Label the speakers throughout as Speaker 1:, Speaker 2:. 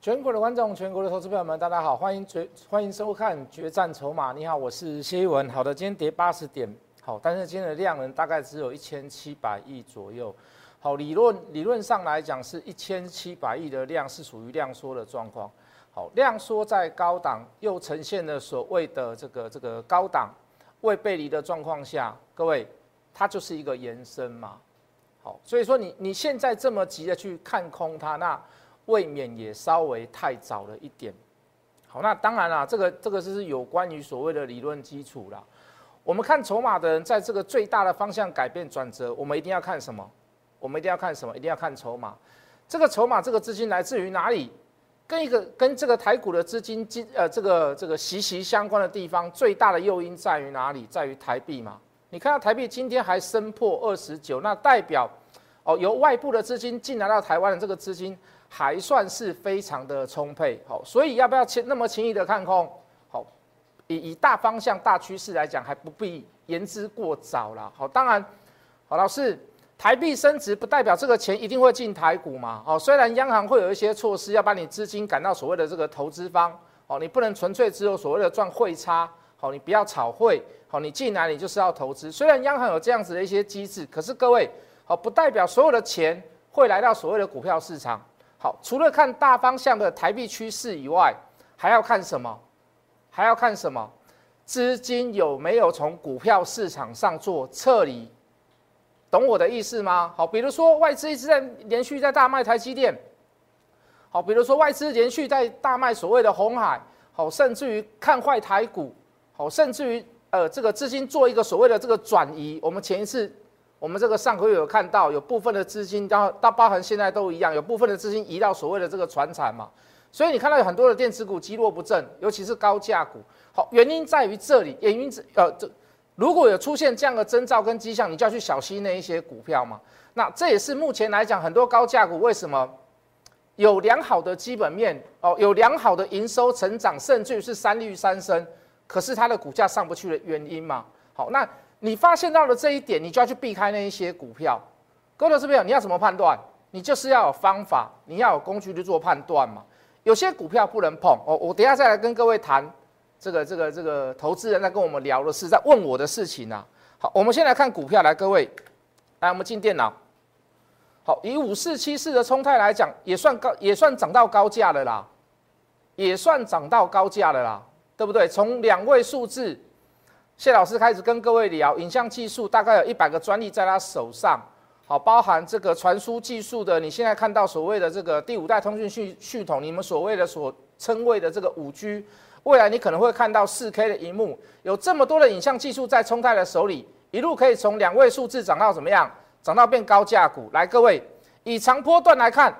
Speaker 1: 全国的观众，全国的投资朋友们，大家好，欢迎收看《决战筹码》。你好，我是谢一文。好的，今天跌80点，好，但是今天的量呢，大概只有1700亿左右。好，理论上来讲是1700亿的量是属于量缩的状况。好，量缩在高档又呈现了所谓的这个高档未背离的状况下，各位，它就是一个延伸嘛。好，所以说你现在这么急的去看空它，那未免也稍微太早了一点。好，那当然啦，这个是有关于所谓的理论基础啦。我们看筹码的人，在这个最大的方向改变转折，我们一定要看什么？我们一定要看什么？一定要看筹码。这个筹码，这个资金来自于哪里？跟这个台股的资金这个息息相关的地方，最大的诱因在于哪里？在于台币嘛。你看到台币今天还升破29，那代表由外部的资金进来到台湾的这个资金还算是非常的充沛。好，所以要不要那么轻易的看空？好，以大方向、大趋势来讲，还不必言之过早啦。好，当然，好，老师，台币升值不代表这个钱一定会进台股嘛？好，虽然央行会有一些措施要把你资金赶到所谓的这个投资方，好，你不能纯粹只有所谓的赚汇差，好，你不要炒汇，好，你进来你就是要投资。虽然央行有这样子的一些机制，可是各位，好，不代表所有的钱会来到所谓的股票市场。好，除了看大方向的台币趋势以外，还要看什么？还要看什么？资金有没有从股票市场上做撤离？懂我的意思吗？好，比如说外资一直在连续在大卖台积电，好，比如说外资连续在大卖所谓的鸿海，好，甚至于看坏台股，好，甚至于这个资金做一个所谓的这个转移。我们前一次我们这个上个月有看到，有部分的资金到包含现在都一样，有部分的资金移到所谓的这个传产嘛，所以你看到有很多的电子股积弱不振，尤其是高价股。好，原因在于这里，如果有出现这样的征兆跟迹象，你就要去小心那一些股票嘛。那这也是目前来讲，很多高价股为什么有良好的基本面有良好的营收成长，甚至于是3率3升，可是它的股价上不去的原因嘛。好，那你发现到了这一点，你就要去避开那一些股票。各位投资朋友，你要怎么判断？你就是要有方法，你要有工具去做判断嘛。有些股票不能碰我等一下再来跟各位谈。这个投资人在跟我们聊的是在问我的事情啊。好，我们先来看股票，来各位，来我们进电脑。好，以5474的冲泰来讲，也算涨到高价了啦，也算涨到高价了啦，对不对？从2位数字，谢老师开始跟各位聊影像技术，大概有100个专利在他手上。好，包含这个传输技术的，你现在看到所谓的这个第5代通讯系统，你们所谓的所称谓的这个5G。未来你可能会看到4K 的萤幕，有这么多的影像技术在冲泰的手里，一路可以从2位数字涨到怎么样？涨到变高价股。来，各位，以长波段来看，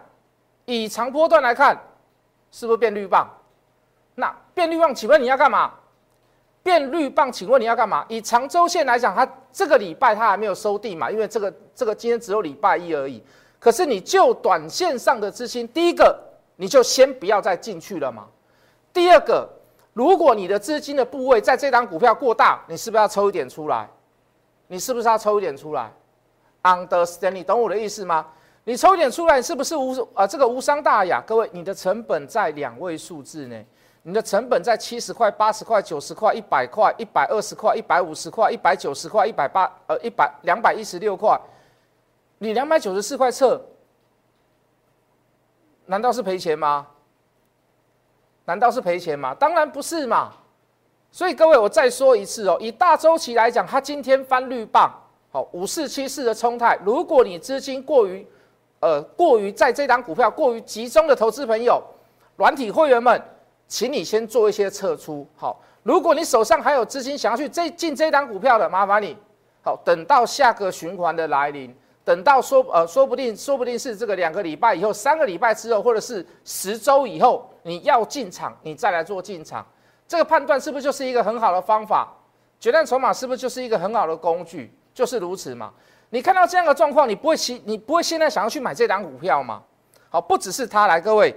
Speaker 1: 是不是变绿棒？那变绿棒，请问你要干嘛？变绿棒，请问你要干嘛？以长周线来讲，它这个礼拜它还没有收地嘛，因为这个今天只有礼拜1而已。可是你就短线上的资金，第一个你就先不要再进去了嘛。第二个，如果你的资金的部位在这张股票过大，你是不是要抽一点出来？ Understand？ 你懂我的意思吗？你抽一点出来，是不是这个无伤大雅？各位，你的成本在2位数字呢，你的成本在70块、80块、90块、100块、120块、150块、190块、216块，你294块撤，难道是赔钱吗？当然不是嘛。所以各位，我再说一次以大周期来讲，它今天翻绿棒，好，5474的冲泰，如果你资金过于在这档股票过于集中的投资朋友，软体会员们，请你先做一些撤出。好，如果你手上还有资金想要去进这档股票的，麻烦你，好，等到下个循环的来临。等到说不定是这个2个礼拜以后、3个礼拜之后，或者是10周以后，你要进场，你再来做进场，这个判断是不是就是一个很好的方法？决战筹码是不是就是一个很好的工具？就是如此嘛。你看到这样的状况，你不会现在想要去买这档股票吗？好，不只是它，来各位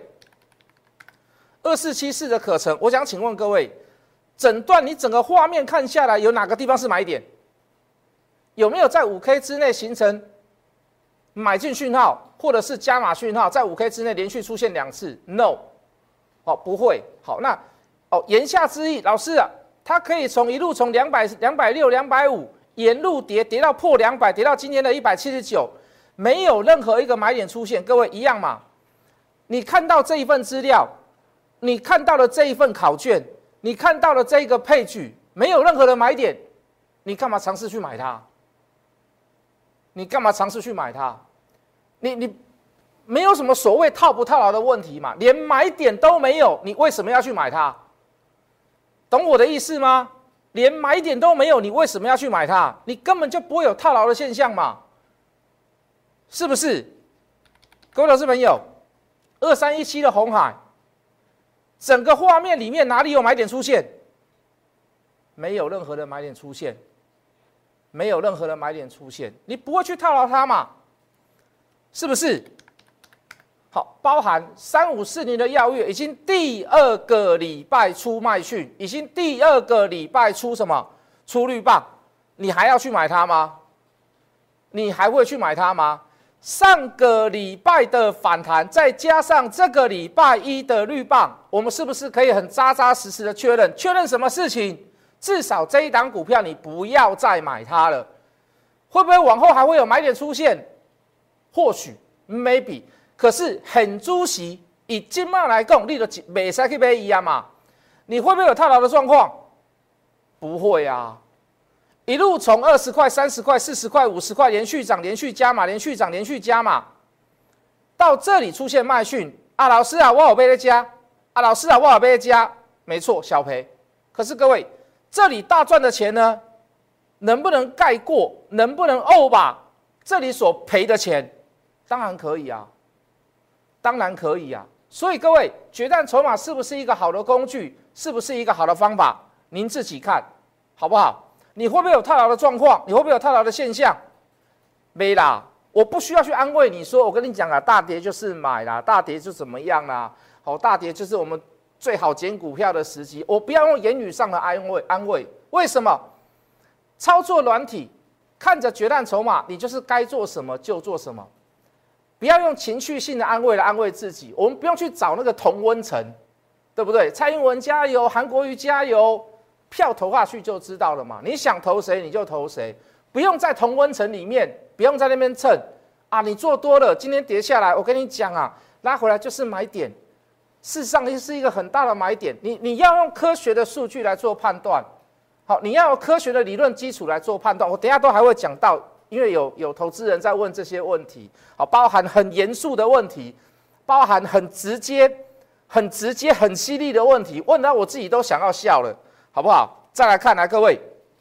Speaker 1: ，2474的可成，我想请问各位，整段你整个画面看下来，有哪个地方是买点？有没有在5K 之内形成买进讯号，或者是加码讯号，在5K 之内连续出现2次 ？No， 好，不会。好，那言下之意，老师啊，它可以一路从200、260、250沿路跌到破200，跌到今天的179，没有任何一个买点出现。各位一样嘛？你看到这一份资料，你看到了这一份考卷，你看到了这一个配局，没有任何的买点，你干嘛尝试去买它？你干嘛尝试去买它？你没有什么所谓套不套牢的问题嘛，连买点都没有，你为什么要去买它？懂我的意思吗？连买点都没有，你为什么要去买它？你根本就不会有套牢的现象嘛，是不是？各位投资朋友，2317的鸿海，整个画面里面哪里有买点出现？没有任何的买点出现，没有任何的买点出现，你不会去套牢它嘛？是不是？好，包含3540的耀月已经第2个礼拜出卖讯，已经第2个礼拜出什么？出绿棒，你还要去买它吗？你还会去买它吗？上个礼拜的反弹，再加上这个礼拜一的绿棒，我们是不是可以很扎扎实实的确认什么事情？至少这一档股票你不要再买它了。会不会往后还会有买点出现？或许 maybe。可是很主席以今麦来讲，你就袂使去买伊啊嘛？你会不会有套牢的状况？不会啊，一路从20块、30块、40块、50块连续涨、连续加码、连续涨、连续加码，到这里出现卖讯啊，老师啊，我有买在加啊，老师啊，我有买在加，没错，小赔。可是各位，这里大赚的钱呢，能不能盖过？能不能over这里所赔的钱？当然可以啊。当然可以啊，所以各位，决战筹码是不是一个好的工具？是不是一个好的方法？您自己看，好不好？你会不会有套牢的状况？你会不会有套牢的现象？没啦，我不需要去安慰你说，我跟你讲啦，大跌就是买啦，大跌就怎么样啦？好，大跌就是我们最好捡股票的时机。我不要用言语上的安慰，为什么？操作软体，看着决战筹码，你就是该做什么就做什么。不要用情绪性的安慰来安慰自己，我们不用去找那个同温层，对不对？蔡英文加油，韩国瑜加油，票投下去就知道了嘛。你想投谁你就投谁，不用在同温层里面，不用在那边蹭啊。你做多了，今天跌下来，我跟你讲啊，拉回来就是买点，事实上是一个很大的买点。你要用科学的数据来做判断，好，你要有科学的理论基础来做判断。我等一下都还会讲到。因为有投资人在问这些问题，好，包含很严肃的问题，包含很直接、很犀利的问题，问到我自己都想要笑了，好不好？再来看，各位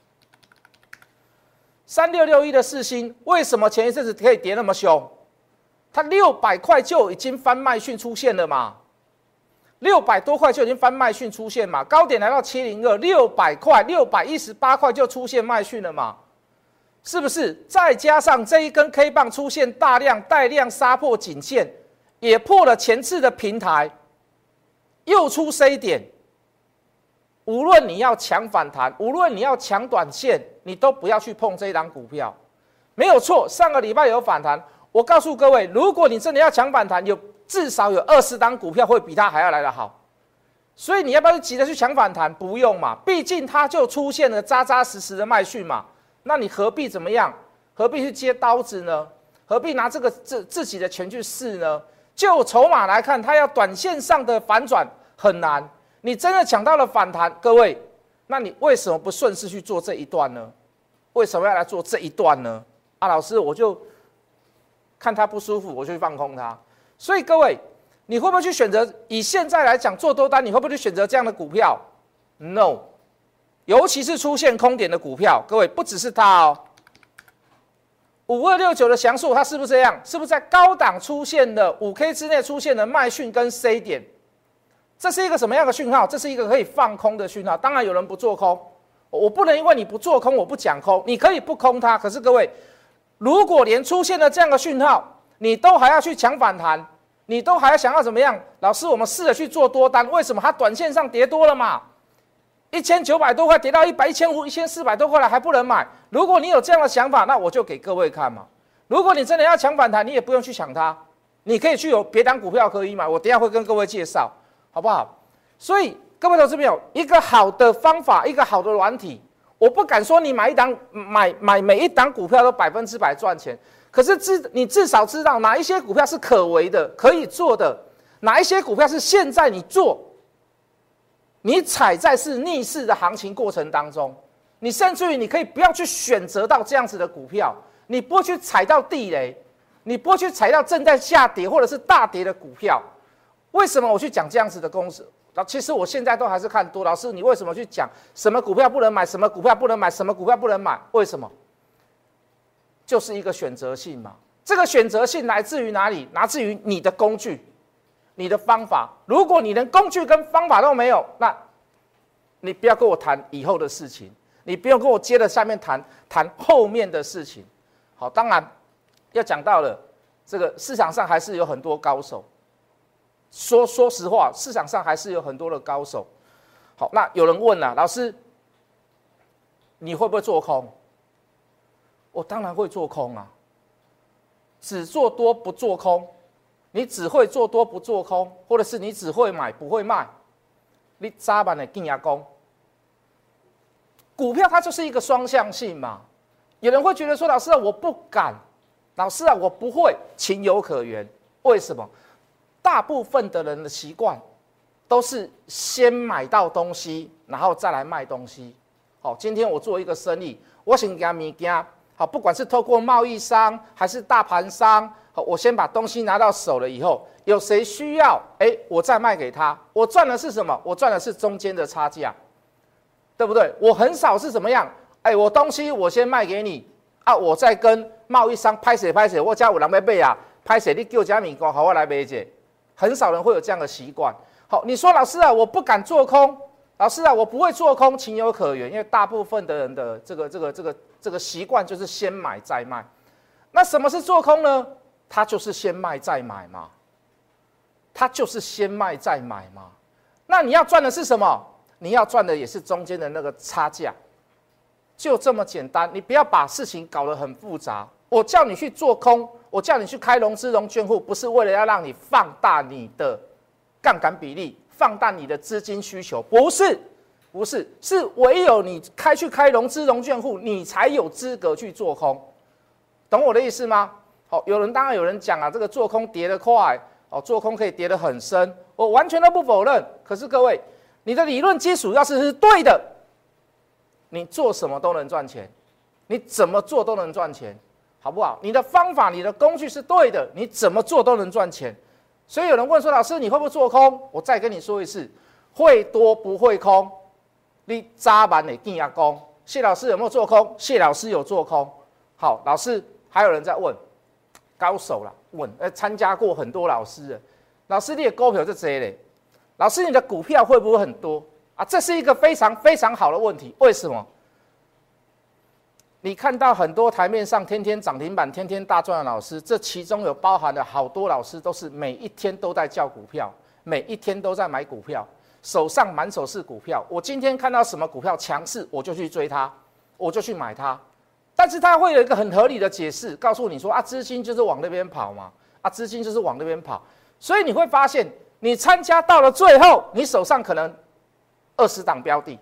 Speaker 1: ，3661的世芯为什么前一阵子可以跌那么凶？它600块就已经翻卖讯出现了嘛？600多块就已经翻卖讯出现嘛？高点来到702，600块、618块就出现卖讯了嘛？是不是？再加上这一根 K 棒出现大量带量杀破颈线，也破了前次的平台，又出 C 点。无论你要抢反弹，无论你要抢短线，你都不要去碰这一档股票。没有错，上个礼拜有反弹。我告诉各位，如果你真的要抢反弹，至少有20档股票会比它还要来得好。所以你要不要急着去抢反弹？不用嘛，毕竟它就出现了扎扎实实的卖讯嘛。那你何必怎么样？何必去接刀子呢？何必拿自己的钱去试呢？就筹码来看，它要短线上的反转很难。你真的抢到了反弹，各位，那你为什么不顺势去做这一段呢？为什么要来做这一段呢？啊，老师，我就看它不舒服，我就去放空它。所以各位，你会不会去选择？以现在来讲做多单，你会不会去选择这样的股票 ？No。尤其是出现空点的股票，各位不只是它哦。5269的祥硕，它是不是这样？是不是在高档出现了5K 之内出现了卖讯跟 C 点？这是一个什么样的讯号？这是一个可以放空的讯号。当然有人不做空，我不能因为你不做空，我不讲空，你可以不空它。可是各位，如果连出现了这样的讯号，你都还要去抢反弹，你都还要想要怎么样？老师，我们试着去做多单，为什么它短线上跌多了嘛？1900多块跌到100、1500、1400多块了还不能买。如果你有这样的想法，那我就给各位看嘛。如果你真的要抢反弹，你也不用去抢它，你可以去有别档股票可以买。我等一下会跟各位介绍，好不好？ 所以各位投资朋友，一个好的方法，一个好的软体，我不敢说你买每一档股票都100%赚钱，可是你至少知道哪一些股票是可为的、可以做的，哪一些股票是现在你做，你踩在是逆势的行情过程当中，你甚至于你可以不要去选择到这样子的股票，你不会去踩到地雷，你不会去踩到正在下跌或者是大跌的股票。为什么我去讲这样子的公式？其实我现在都还是看多。老师，你为什么去讲什么股票不能买，什么股票不能买，什么股票不能买？为什么？就是一个选择性嘛。这个选择性来自于哪里？来自于你的工具、你的方法。如果你连工具跟方法都没有，那你不要跟我谈以后的事情，你不用跟我接着下面谈后面的事情。好，当然要讲到了，这个市场上还是有很多高手。说实话，市场上还是有很多的高手。好，那有人问了，老师，你会不会做空？我当然会做空啊，只做多不做空。你只会做多不做空，或者是你只会买不会卖，你早晚的更牙工。股票它就是一个双向性嘛。有人会觉得说，老师啊，我不敢，老师啊，我不会，情有可原。为什么？大部分的人的习惯都是先买到东西，然后再来卖东西。好，今天我做一个生意，我先给物件，好，不管是透过贸易商还是大盘商，好，我先把东西拿到手了以后，有谁需要，我再卖给他，我赚的是什么？我赚的是中间的差价，对不对？我很少是怎么样？我东西我先卖给你啊，我再跟贸易商拍谁，我家有人要买啊，拍谁你叫这物件，好我来买者。很少人会有这样的习惯。好，你说老师啊，我不敢做空，老师啊，我不会做空，情有可原，因为大部分的人的这个习惯就是先买再卖。那什么是做空呢？它就是先卖再买嘛，它就是先卖再买嘛。那你要赚的是什么？你要赚的也是中间的那个差价，就这么简单。你不要把事情搞得很复杂。我叫你去做空，我叫你去开融资融券户，不是为了要让你放大你的杠杆比例，放大你的资金需求，不是，是唯有你去开融资融券户，你才有资格去做空，懂我的意思吗？好，当然有人讲啊，这个做空跌得快，做空可以跌得很深，我完全都不否认。可是各位，你的理论基础要是对的，你做什么都能赚钱，你怎么做都能赚钱。好不好？你的方法、你的工具是对的，你怎么做都能赚钱。所以有人问说：“老师，你会不会做空？”我再跟你说一次，会多不会空。你早晚的定下攻。谢老师有没有做空？谢老师有做空。好，老师还有人在问，高手啦，问，参加过很多老师的，老师你的股票就这嘞？老师你的股票会不会很多啊？这是一个非常非常好的问题。为什么？你看到很多台面上天天涨停板、天天大赚的老师，这其中有包含了好多老师都是每一天都在叫股票，每一天都在买股票，手上满手是股票。我今天看到什么股票强势，我就去追它，我就去买它。但是它会有一个很合理的解释，告诉你说啊，资金就是往那边跑嘛，啊，资金就是往那边跑。所以你会发现，你参加到了最后，你手上可能20档标的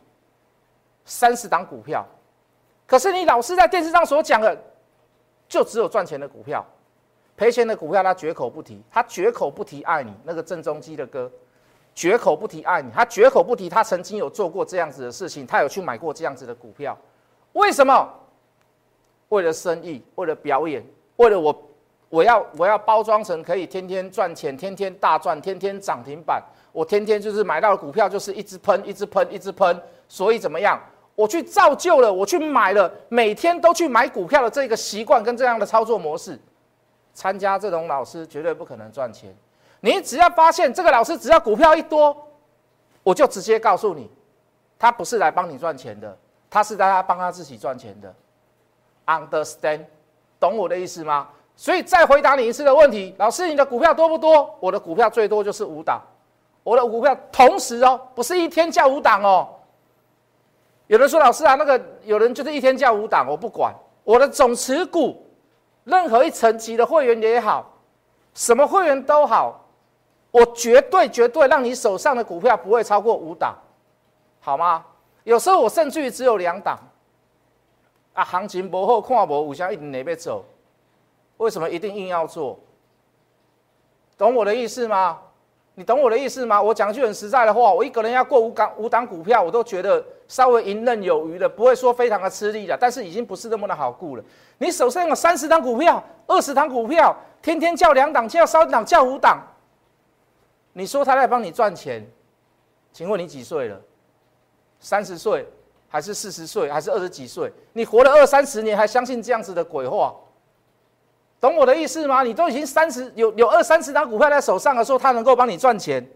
Speaker 1: ，30档股票。可是你老师在电视上所讲的，就只有赚钱的股票，赔钱的股票他绝口不提，他绝口不提爱你那个郑中基的歌，绝口不提爱你，他绝口不提他曾经有做过这样子的事情，他有去买过这样子的股票，为什么？为了生意，为了表演，为了我要包装成可以天天赚钱，天天大赚，天天涨停板，我天天就是买到股票就是一直喷，一直喷，一直喷，所以怎么样？我去造就了，我去买了，每天都去买股票的这个习惯跟这样的操作模式，参加这种老师绝对不可能赚钱。你只要发现这个老师只要股票一多，我就直接告诉你，他不是来帮你赚钱的，他是在帮他自己赚钱的。Understand， 懂我的意思吗？所以再回答你一次的问题，老师你的股票多不多？我的股票最多就是5档，我的股票同时不是一天叫5档哦。有人说老师啊，那个有人就是一天叫5档，我不管，我的总持股，任何一层级的会员也好，什么会员都好， 我绝对让你手上的股票不会超过5档，好吗？有时候我甚至于只有2档，啊，行情不好看无，有啥一定得要走？为什么一定硬要做？懂我的意思吗？你懂我的意思吗？我讲句很实在的话，我一个人要过5档股票，我都觉得稍微游刃有余了，不会说非常的吃力了，但是已经不是那么的好顾了。你手上有30档股票、20档股票，天天叫2档、叫3档、叫5档，你说他在帮你赚钱？请问你几岁了？30岁还是40岁还是20几岁？你活了20-30年，还相信这样子的鬼话？懂我的意思吗？你都已经有20-30档股票在手上的时候，他能够帮你赚钱。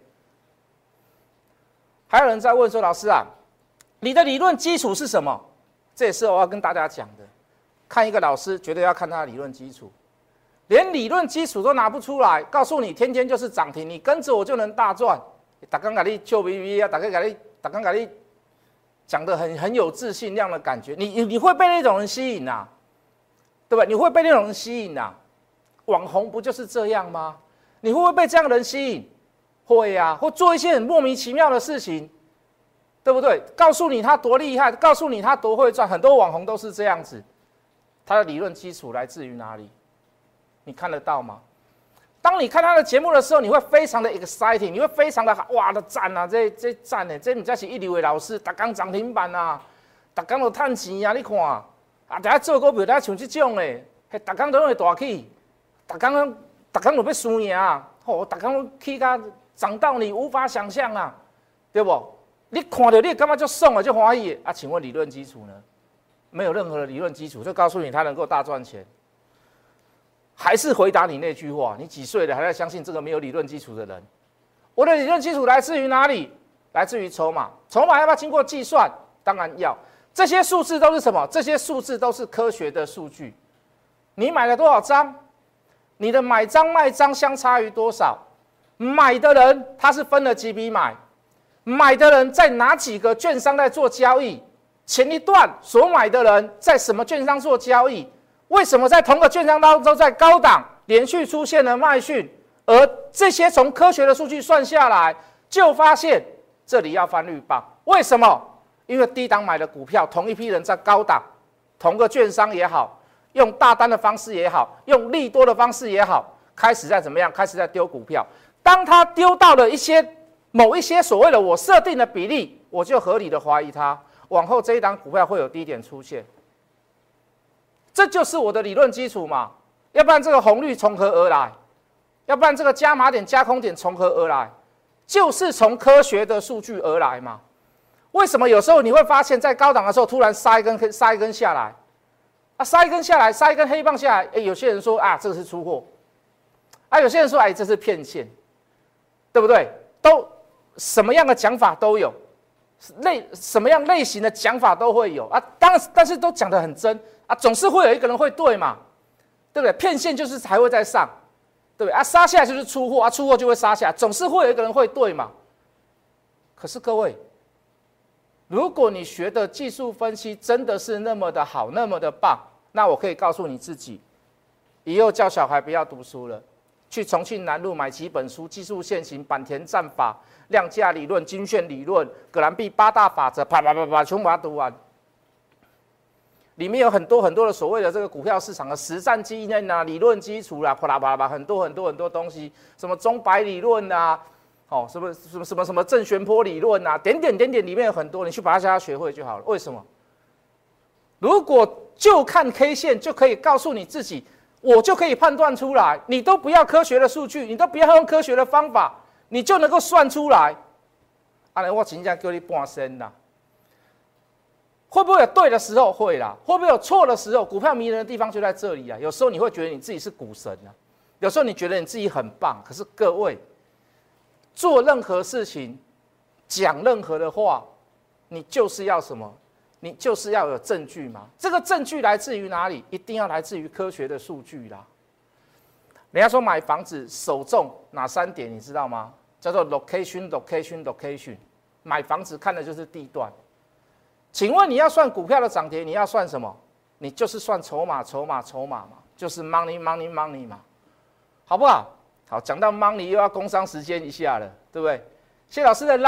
Speaker 1: 还有人在问说，老师啊，你的理论基础是什么？这也是我要跟大家讲的。看一个老师，绝对要看他的理论基础，连理论基础都拿不出来，告诉你天天就是涨停，你跟着我就能大赚。大刚给你笑眯眯啊，大刚给你讲的很有自信那样的感觉，你会被那种人吸引啊？对吧？你会被那种人吸引啊？网红不就是这样吗？你会不会被这样的人吸引？会啊，或做一些很莫名其妙的事情，对不对？告诉你他多厉害，告诉你他多会赚，很多网红都是这样子。他的理论基础来自于哪里？你看得到吗？当你看他的节目的时候，你会非常的 exciting， 你会非常的哇的赞啊，这赞呢，这不才是一流的老师，每天涨停板啊，每天都赚钱啊，你看。啊！大家做股票，大家像这种诶，每天都会大起，每天都要输赢啊！吼，每天都起甲涨到你无法想象啊，对不？你看到你感觉就爽了，就欢喜啊！请问理论基础呢？没有任何的理论基础，就告诉你他能够大赚钱。还是回答你那句话：你几岁了还在相信这个没有理论基础的人？我的理论基础来自于哪里？来自于筹码。筹码要不要经过计算？当然要。这些数字都是什么？这些数字都是科学的数据。你买了多少张？你的买张卖张相差于多少？买的人他是分了几笔买？买的人在哪几个券商在做交易？前一段所买的人在什么券商做交易？为什么在同个券商当中，在高档连续出现了卖讯？而这些从科学的数据算下来，就发现这里要翻绿棒。为什么？因为低档买的股票，同一批人在高档，同个券商也好，用大单的方式也好，用利多的方式也好，开始在怎么样？开始在丢股票。当他丢到了某一些所谓的我设定的比例，我就合理的怀疑他往后这一档股票会有低点出现。这就是我的理论基础嘛。要不然这个红绿从何而来？要不然这个加码点、加空点从何而来？就是从科学的数据而来嘛。为什么有时候你会发现，在高档的时候突然杀一根下来，啊，杀一根下来，杀一根黑棒下来，有些人说啊，这个是出货，啊，有些人说哎，这是骗线，对不对？都什么样的讲法都有，什么样类型的讲法都会有啊。但是都讲得很真啊，总是会有一个人会对嘛，对不对？骗线就是还会再上，对不对？啊，杀下来就是出货啊，出货就会杀下来，总是会有一个人会对嘛。可是各位，如果你学的技术分析真的是那么的好，那么的棒，那我可以告诉你自己，以后叫小孩不要读书了，去重庆南路买几本书，技术线型、坂田战法、量价理论、均线理论、葛兰碧8大法则，啪，全部把它读完。里面有很多的所谓的这个股票市场的实战经验啊、理论基础啦，啪啦，很多东西，什么钟摆理论啊。哦，什么正弦波理论啊，点里面有很多，你去把它学会就好了。为什么？如果就看 K 线就可以告诉你自己，我就可以判断出来，你都不要科学的数据，你都不要用科学的方法，你就能够算出来。啊，我真正叫你半仙啦。会不会有对的时候？会啦。会不会有错的时候？股票迷人的地方就在这里啊。有时候你会觉得你自己是股神啊，有时候你觉得你自己很棒，可是各位。做任何事情，讲任何的话，你就是要什么？你就是要有证据嘛。这个证据来自于哪里？一定要来自于科学的数据啦。人家说买房子首重哪3点，你知道吗？叫做 location。买房子看的就是地段。请问你要算股票的涨跌，你要算什么？你就是算筹码嘛，就是 money 嘛，好不好？ 好，讲到 money 又要工商时间一下了，对不对？谢老师的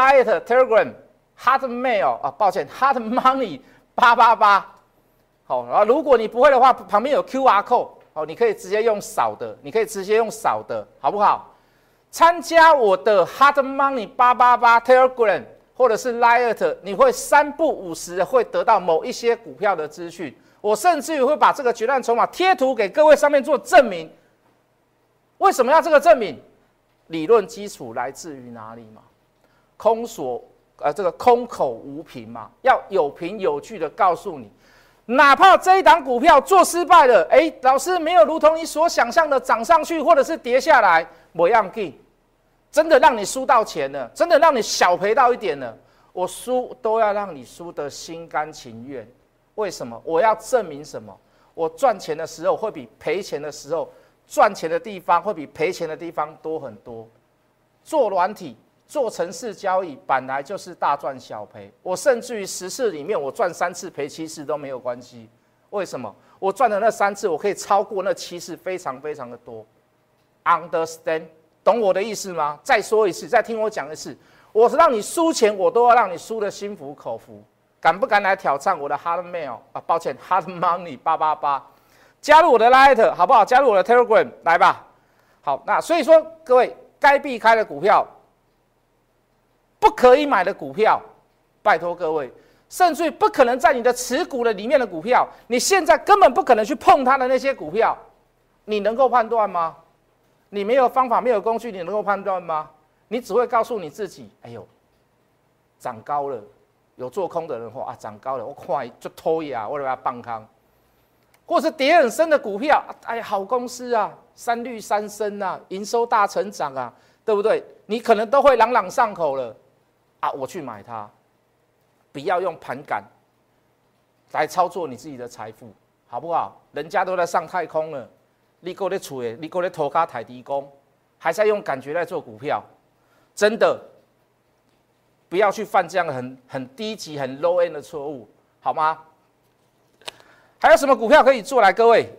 Speaker 1: Line、Telegram、Hotmail 啊，抱歉 ，Hot Money 888。好，然后如果你不会的话，旁边有 QR code， 好，你可以直接用扫的，好不好？参加我的 Hot Money 888 Telegram 或者是 Line， 你会3不5时会得到某一些股票的资讯。我甚至于会把这个决战筹码贴图给各位上面做证明。为什么要这个证明？理论基础来自于哪里嘛？这个空口无凭嘛，要有凭有据的告诉你，哪怕这一档股票做失败了，老师没有如同你所想象的涨上去，或者是跌下来，没样紧，真的让你输到钱了，真的让你小赔到一点了，我输都要让你输得心甘情愿。为什么？我要证明什么？我赚钱的时候会比赔钱的时候，赚钱的地方会比赔钱的地方多很多。做软体、做程式交易，本来就是大赚小赔。我甚至于10次里面，我赚3次赔7次都没有关系。为什么？我赚的那3次，我可以超过那7次，非常非常的多。Understand？ 懂我的意思吗？再说一次，再听我讲一次。我是让你输钱，我都要让你输得心服口服。敢不敢来挑战我的 Hotmail 啊？抱歉 ，Hot Money 888，加入我的 Line 好不好？加入我的 Telegram 来吧。好，那所以说各位该避开的股票，不可以买的股票，拜托各位，甚至于不可能在你的持股的里面的股票，你现在根本不可能去碰它的那些股票，你能够判断吗？你没有方法，没有工具，你能够判断吗？你只会告诉你自己，哎呦，涨高了。有做空的人说啊，涨高了，我看就偷呀，我来把它放空，或是跌很深的股票，哎呀，好公司啊，3率3升啊，营收大成长啊，对不对？你可能都会朗朗上口了啊，我去买它，不要用盘感来操作你自己的财富，好不好？人家都在上太空了，你搁在厝的，你搁在涂骹抬低工，还在用感觉来做股票，真的。不要去犯这样很低级、很 low end 的错误，好吗？还有什么股票可以做来？各位，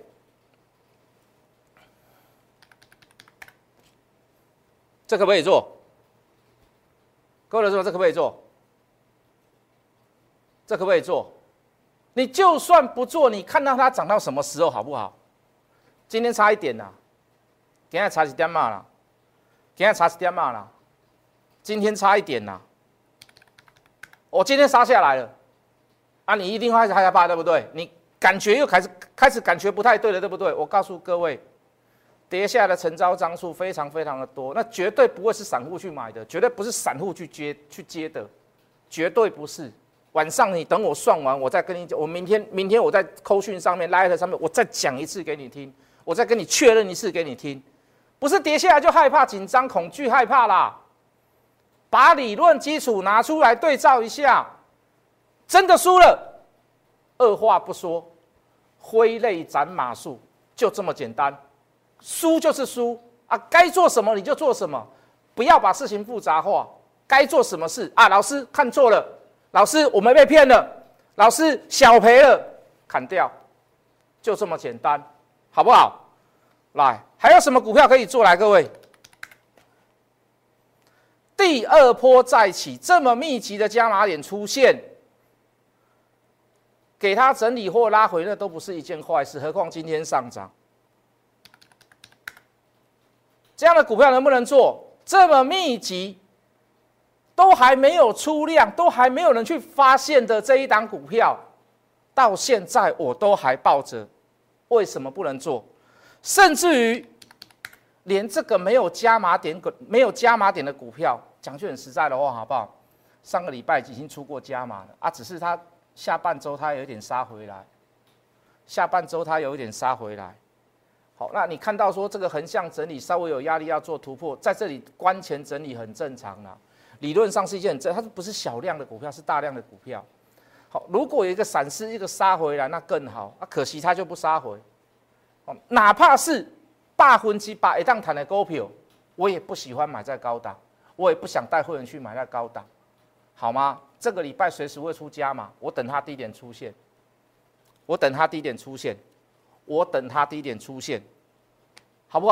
Speaker 1: 这可不可以做？各位说这可不可以做？这可不可以做？你就算不做，你看到它涨到什么时候，好不好？今天差一点啦，今天差1点嘛啦，今天差1点嘛啦，今天差一点啦。我今天杀下来了，啊，你一定会害怕，对不对？你感觉又开始感觉不太对了，对不对？我告诉各位，跌下来的成交张数非常非常的多，那绝对不会是散户去买的，绝对不是散户去接的，绝对不是。晚上你等我算完，我再跟你讲。我明天我在扣讯上面、Line 上面，我再讲一次给你听，我再跟你确认一次给你听，不是跌下来就害怕、紧张、恐惧、害怕啦。把理论基础拿出来对照一下，真的输了，二话不说，挥泪斩马谡，就这么简单。输就是输啊，该做什么你就做什么，不要把事情复杂化。该做什么事啊？老师看错了，老师我们被骗了，老师小赔了，砍掉，就这么简单，好不好？来，还有什么股票可以做来？各位。第二波再起，这么密集的加码点出现，给它整理或拉回，那都不是一件坏事。何况今天上涨，这样的股票能不能做？这么密集，都还没有出量，都还没有人去发现的这一档股票，到现在我都还抱着，为什么不能做？甚至于连这个没有加码点的股票。讲句很实在的话，好不好？上个礼拜已经出过加码了啊，只是它下半周它有一点杀回来，好，那你看到说这个横向整理稍微有压力要做突破，在这里关前整理很正常啦，理论上是一件很正，它不是小量的股票，是大量的股票。好，如果有一个闪失，一个杀回来，那更好啊，可惜它就不杀回。哪怕是100%一档谈的股票，我也不喜欢买在高档。我也不想带会员去买那高档，好吗？这个礼拜随时会出加码，我等它低点出现，好不好？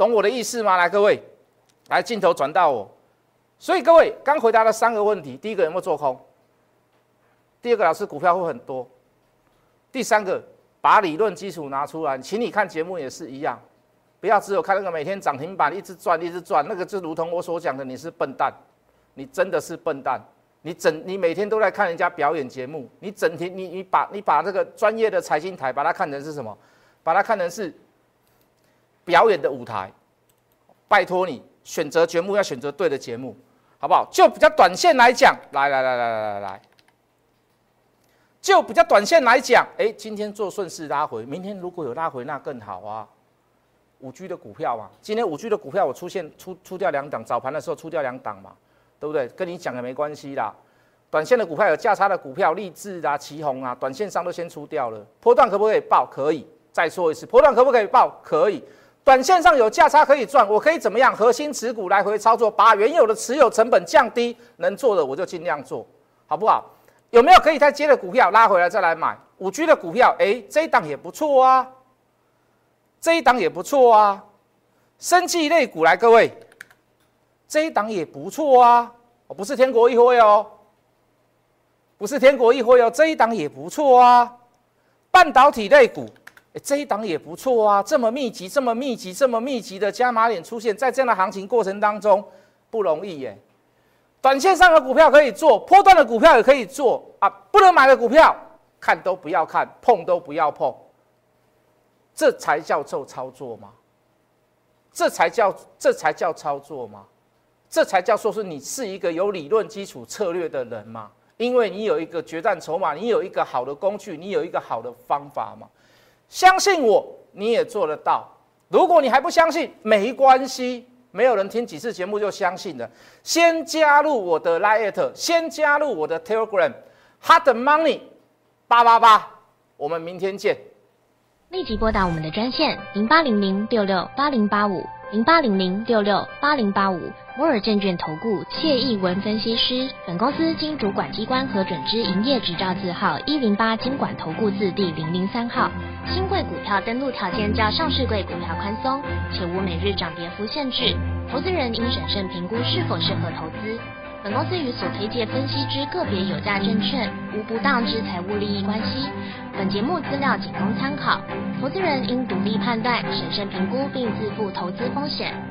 Speaker 1: 懂我的意思吗？来，各位，来镜头转到我。所以各位刚回答了3个问题，第一个有没有做空？第二个老师股票会很多。第三个把理论基础拿出来，请你看节目也是一样，不要只有看那个每天涨停板一直赚，那个就如同我所讲的，你是笨蛋，你真的是笨蛋。你每天都在看人家表演节目，你整天你把这个专业的财经台把它看成是什么？把它看成是表演的舞台。拜托你选择节目要选择对的节目，好不好？就比较短线来讲，来，就比较短线来讲，今天做顺势拉回，明天如果有拉回那更好啊。5G 的股票嘛，今天5G 的股票我出掉2档，早盘的时候出掉2档嘛。对不对？跟你讲也没关系啦。短线的股票有价差的股票，立志啊、旗宏啊，短线上都先出掉了。波段可不可以报？可以。再说一次，波段可不可以报？可以。短线上有价差可以赚，我可以怎么样？核心持股来回操作，把原有的持有成本降低，能做的我就尽量做，好不好？有没有可以再接的股票拉回来再来买？5G 的股票，这一档也不错啊，这一档也不错啊。生技类股来，各位。这一档也不错啊，不是天国一辉哦，不是天国一辉哦，这一档也不错啊。半导体类股，这一档也不错啊，这么密集的加码点出现在这样的行情过程当中，不容易耶。短线上的股票可以做，波段的股票也可以做啊，不能买的股票看都不要看，碰都不要碰，这才叫做操作吗？这才叫操作吗？这才叫做是你是一个有理论基础策略的人嘛？因为你有一个决战筹码，你有一个好的工具，你有一个好的方法嘛。相信我，你也做得到。如果你还不相信，没关系，没有人听几次节目就相信了。先加入我的 Line， 先加入我的 Telegram，Hard Money 888，我们明天见。
Speaker 2: 立即拨打我们的专线08006680850800668085。摩尔证券投顾谢逸文分析师，本公司经主管机关核准之营业执照字号108金管投顾字第003号。新贵股票登录条件较上市贵股票宽松，且无每日涨跌幅限制。投资人应审慎评估是否适合投资。本公司与所推介分析之个别有价证券无不当之财务利益关系。本节目资料仅供参考，投资人应独立判断、审慎评估并自负投资风险。